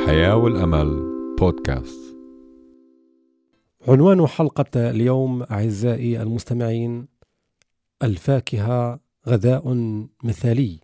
الحياة والأمل بودكاست. عنوان حلقة اليوم أعزائي المستمعين: الفاكهة غذاء مثالي.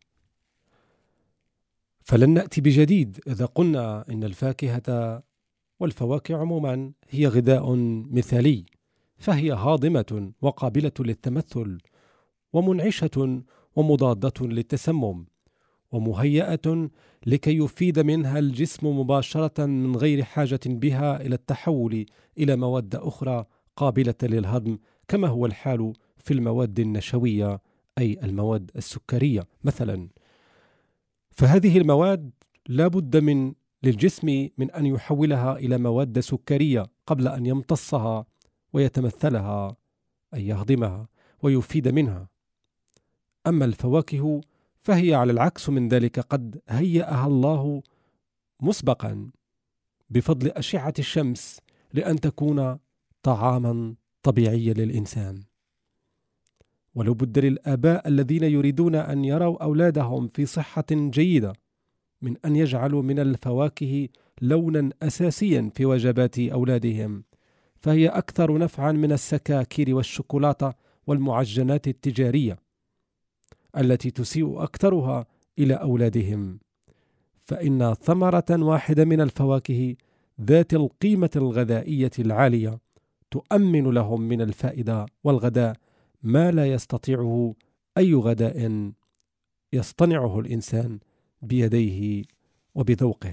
فلن نأتي بجديد إذا قلنا إن الفاكهة والفواكه عموما هي غذاء مثالي، فهي هاضمة وقابلة للتمثل ومنعشة ومضادة للتسمم ومهيئة لكي يفيد منها الجسم مباشرة من غير حاجة بها إلى التحول إلى مواد أخرى قابلة للهضم، كما هو الحال في المواد النشوية أي المواد السكرية مثلا. فهذه المواد لا بد للجسم من أن يحولها إلى مواد سكرية قبل أن يمتصها ويتمثلها أي يهضمها ويفيد منها. أما الفواكه فهي على العكس من ذلك، قد هيأها الله مسبقا بفضل أشعة الشمس لأن تكون طعاما طبيعيا للإنسان. ولو بد للآباء الذين يريدون أن يروا أولادهم في صحة جيدة من أن يجعلوا من الفواكه لونا أساسيا في وجبات أولادهم، فهي أكثر نفعا من السكاكر والشوكولاتة والمعجنات التجارية التي تسيء أكثرها إلى أولادهم. فإن ثمرة واحدة من الفواكه ذات القيمة الغذائية العالية تؤمن لهم من الفائدة والغذاء ما لا يستطيعه أي غذاء يصطنعه الإنسان بيديه وبذوقه.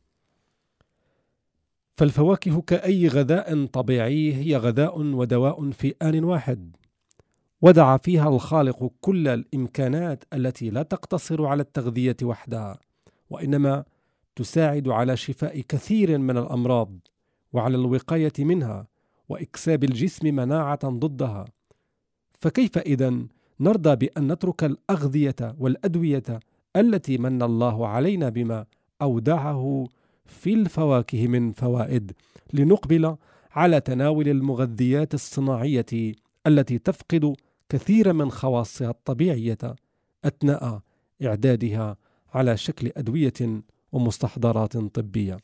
فالفواكه كأي غذاء طبيعي هي غذاء ودواء في آن واحد، ودع فيها الخالق كل الإمكانات التي لا تقتصر على التغذية وحدها، وإنما تساعد على شفاء كثير من الأمراض وعلى الوقاية منها وإكساب الجسم مناعة ضدها. فكيف إذن نرضى بأن نترك الأغذية والأدوية التي من الله علينا بما أودعه في الفواكه من فوائد، لنقبل على تناول المغذيات الصناعية التي تفقد كثير من خواصها الطبيعية أثناء إعدادها على شكل أدوية ومستحضرات طبية؟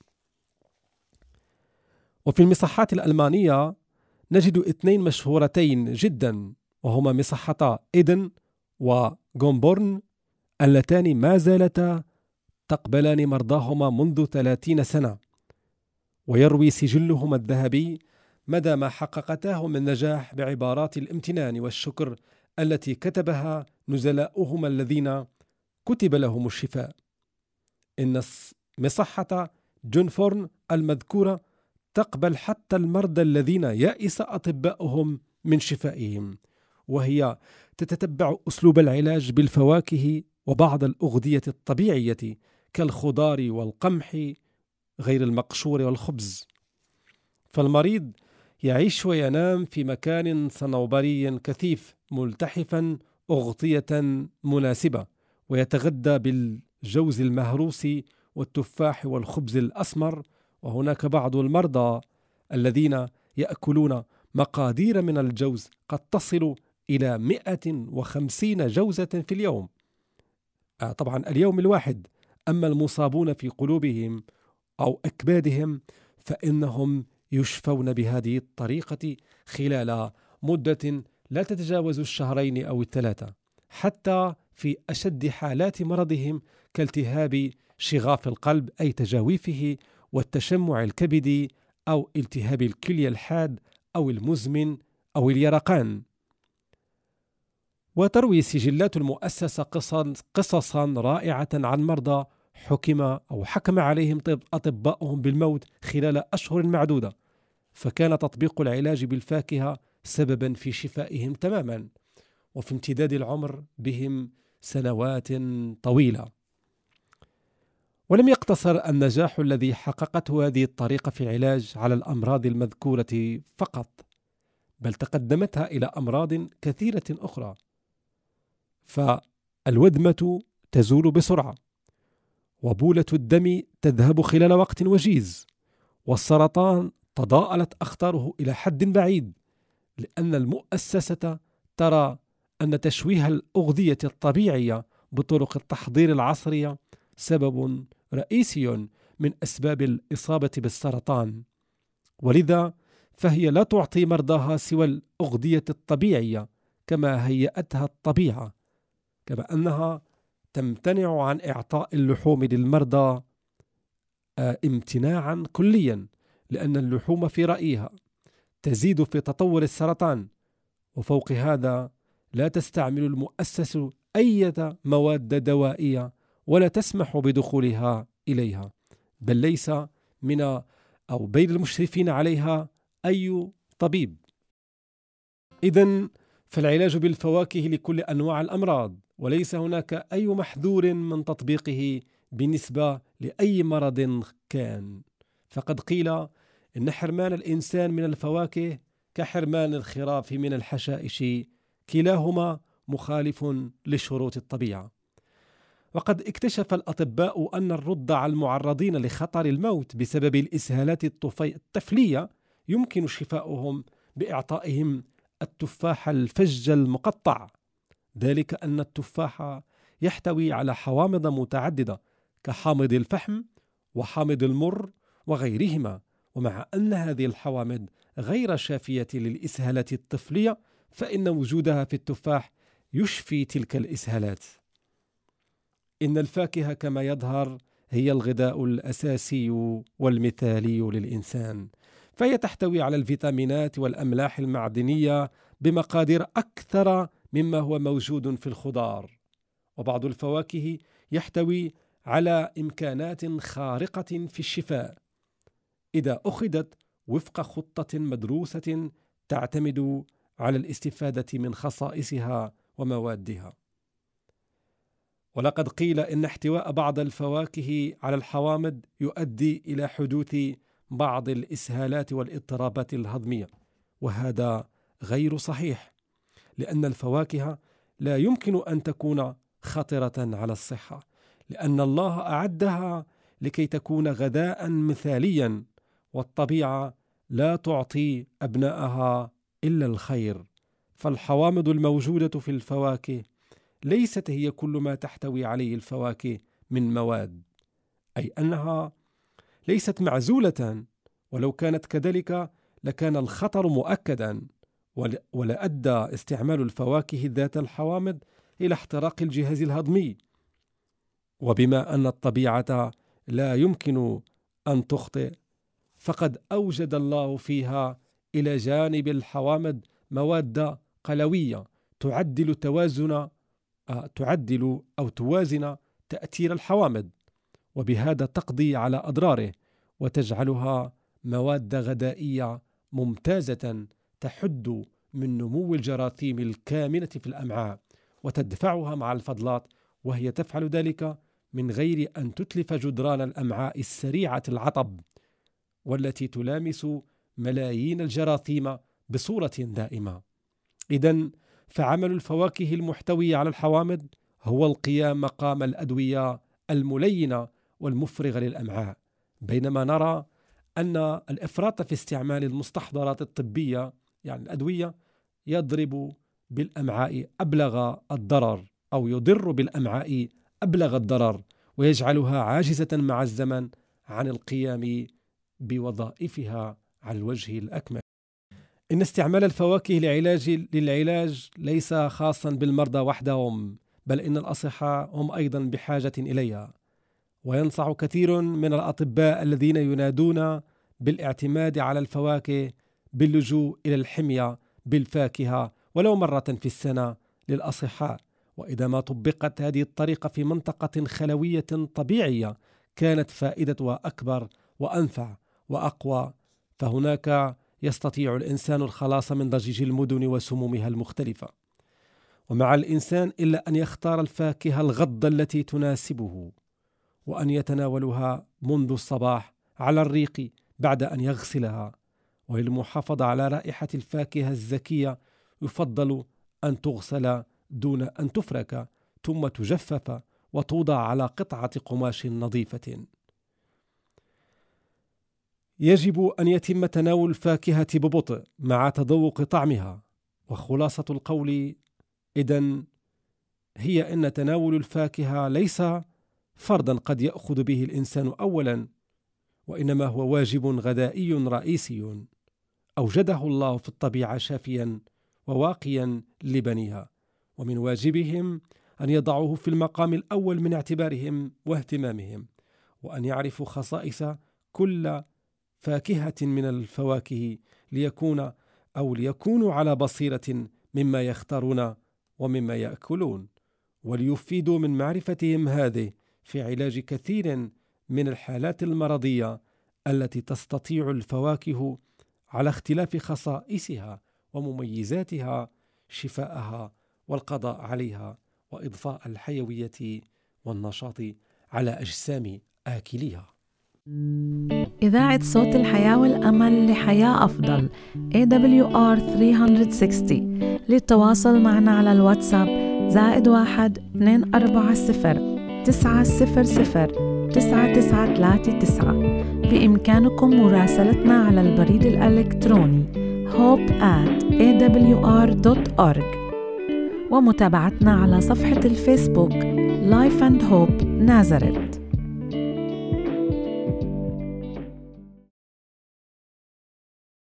وفي المصحات الألمانية نجد اثنين مشهورتين جدا، وهما مصحتا إيدن وغومبورن، اللتان ما زالتا تقبلان مرضاهما منذ 30 سنة، ويروي سجلهما الذهبي مدى ما حققتاه من نجاح بعبارات الامتنان والشكر التي كتبها نزلاؤهما الذين كتب لهم الشفاء. إن مصحة جونفورن المذكورة تقبل حتى المرضى الذين يأس أطباؤهم من شفائهم، وهي تتتبع أسلوب العلاج بالفواكه وبعض الأغذية الطبيعية كالخضار والقمح غير المقشور والخبز. فالمريض يعيش وينام في مكان صنوبري كثيف ملتحفا أغطية مناسبة، ويتغذى بالجوز المهروس والتفاح والخبز الأسمر. وهناك بعض المرضى الذين يأكلون مقادير من الجوز قد تصل إلى 150 جوزة في اليوم، طبعا اليوم الواحد. أما المصابون في قلوبهم أو أكبادهم فإنهم يشفون بهذه الطريقة خلال مدة لا تتجاوز الشهرين أو 3، حتى في أشد حالات مرضهم كالتهاب شغاف القلب أي تجاويفه والتشمع الكبدي أو التهاب الكلية الحاد أو المزمن أو اليرقان. وتروي سجلات المؤسسة قصصا رائعة عن مرضى حكم عليهم أطباؤهم بالموت خلال أشهر معدودة، فكان تطبيق العلاج بالفاكهة سببا في شفائهم تماما وفي امتداد العمر بهم سنوات طويلة. ولم يقتصر النجاح الذي حققته هذه الطريقة في العلاج على الأمراض المذكورة فقط، بل تقدمتها إلى أمراض كثيرة أخرى. فالودمة تزول بسرعة، وبولة الدم تذهب خلال وقت وجيز، والسرطان تضاءلت أخطاره إلى حد بعيد، لأن المؤسسة ترى أن تشويه الأغذية الطبيعية بطرق التحضير العصرية سبب رئيسي من أسباب الإصابة بالسرطان، ولذا فهي لا تعطي مرضاها سوى الأغذية الطبيعية كما هيأتها الطبيعة، كما أنها تمتنع عن إعطاء اللحوم للمرضى امتناعا كليا، لأن اللحوم في رأيها تزيد في تطور السرطان. وفوق هذا لا تستعمل المؤسسة أي مواد دوائية ولا تسمح بدخولها إليها، بل ليس من أو بين المشرفين عليها أي طبيب. إذن فالعلاج بالفواكه لكل أنواع الأمراض، وليس هناك أي محذور من تطبيقه بالنسبة لأي مرض كان. فقد قيل إن حرمان الإنسان من الفواكه كحرمان الخراف من الحشائش، كلاهما مخالف لشروط الطبيعة. وقد اكتشف الأطباء أن الرضع المعرضين لخطر الموت بسبب الإسهالات الطفلية يمكن شفاؤهم بإعطائهم التفاح الفج المقطع، ذلك أن التفاح يحتوي على حوامض متعددة كحامض الفحم وحامض المر وغيرهما، ومع أن هذه الحوامض غير شافية للإسهالات الطفلية فإن وجودها في التفاح يشفي تلك الإسهالات. إن الفاكهة كما يظهر هي الغذاء الأساسي والمثالي للإنسان، فهي تحتوي على الفيتامينات والأملاح المعدنية بمقادير أكثر مما هو موجود في الخضار. وبعض الفواكه يحتوي على إمكانات خارقة في الشفاء إذا أخذت وفق خطة مدروسة تعتمد على الاستفادة من خصائصها وموادها. ولقد قيل إن احتواء بعض الفواكه على الحوامض يؤدي إلى حدوث بعض الإسهالات والاضطرابات الهضمية، وهذا غير صحيح، لأن الفواكه لا يمكن أن تكون خطرة على الصحة، لأن الله أعدها لكي تكون غذاء مثاليا، والطبيعة لا تعطي أبنائها إلا الخير. فالحوامض الموجودة في الفواكه ليست هي كل ما تحتوي عليه الفواكه من مواد، أي أنها ليست معزولة، ولو كانت كذلك لكان الخطر مؤكدا، ولا أدى استعمال الفواكه ذات الحوامض إلى احتراق الجهاز الهضمي. وبما أن الطبيعة لا يمكن أن تخطئ، فقد أوجد الله فيها إلى جانب الحوامض مواد قلوية تعدل أو توازن تأثير الحوامض، وبهذا تقضي على أضراره وتجعلها مواد غذائية ممتازة تحد من نمو الجراثيم الكامنة في الأمعاء وتدفعها مع الفضلات، وهي تفعل ذلك من غير أن تتلف جدران الأمعاء السريعة العطب والتي تلامس ملايين الجراثيم بصورة دائمة. إذن فعمل الفواكه المحتوية على الحوامض هو القيام مقام الأدوية الملينة والمفرغة للأمعاء، بينما نرى أن الإفراط في استعمال المستحضرات الطبية يعني الأدوية يضرب بالأمعاء أبلغ الضرر أو يضر بالأمعاء أبلغ الضرر، ويجعلها عاجزة مع الزمن عن القيام بوظائفها على الوجه الأكمل. إن استعمال الفواكه للعلاج ليس خاصا بالمرضى وحدهم، بل إن الأصحاء هم أيضا بحاجة إليها. وينصح كثير من الأطباء الذين ينادون بالاعتماد على الفواكه باللجوء إلى الحمية بالفاكهة ولو مرة في السنة للأصحاء. وإذا ما طبقت هذه الطريقة في منطقة خلوية طبيعية كانت فائدتها أكبر وأنفع وأقوى، فهناك يستطيع الإنسان الخلاص من ضجيج المدن وسمومها المختلفة. ومع الإنسان إلا أن يختار الفاكهة الغضة التي تناسبه، وأن يتناولها منذ الصباح على الريق بعد أن يغسلها. وللمحافظة على رائحة الفاكهة الزكية يفضل أن تغسل دون أن تفرك، ثم تجفف وتوضع على قطعة قماش نظيفة. يجب أن يتم تناول الفاكهة ببطء مع تذوق طعمها. وخلاصة القول إذن هي أن تناول الفاكهة ليس فرضا قد يأخذ به الإنسان أولا، وإنما هو واجب غذائي رئيسي أوجده الله في الطبيعة شافيا وواقيا لبنيها، ومن واجبهم أن يضعوه في المقام الأول من اعتبارهم واهتمامهم، وأن يعرفوا خصائص كل فاكهة من الفواكه ليكونوا على بصيرة مما يختارون ومما يأكلون، وليفيدوا من معرفتهم هذه في علاج كثير من الحالات المرضية التي تستطيع الفواكه على اختلاف خصائصها ومميزاتها شفاءها والقضاء عليها وإضفاء الحيوية والنشاط على أجسام آكليها. إذاعة صوت الحياة والأمل لحياة أفضل AWR 360. للتواصل معنا على الواتساب +1-240-900-939. بإمكانكم مراسلتنا على البريد الإلكتروني hope@awr.org، ومتابعتنا على صفحة الفيسبوك Life and Hope Nazareth.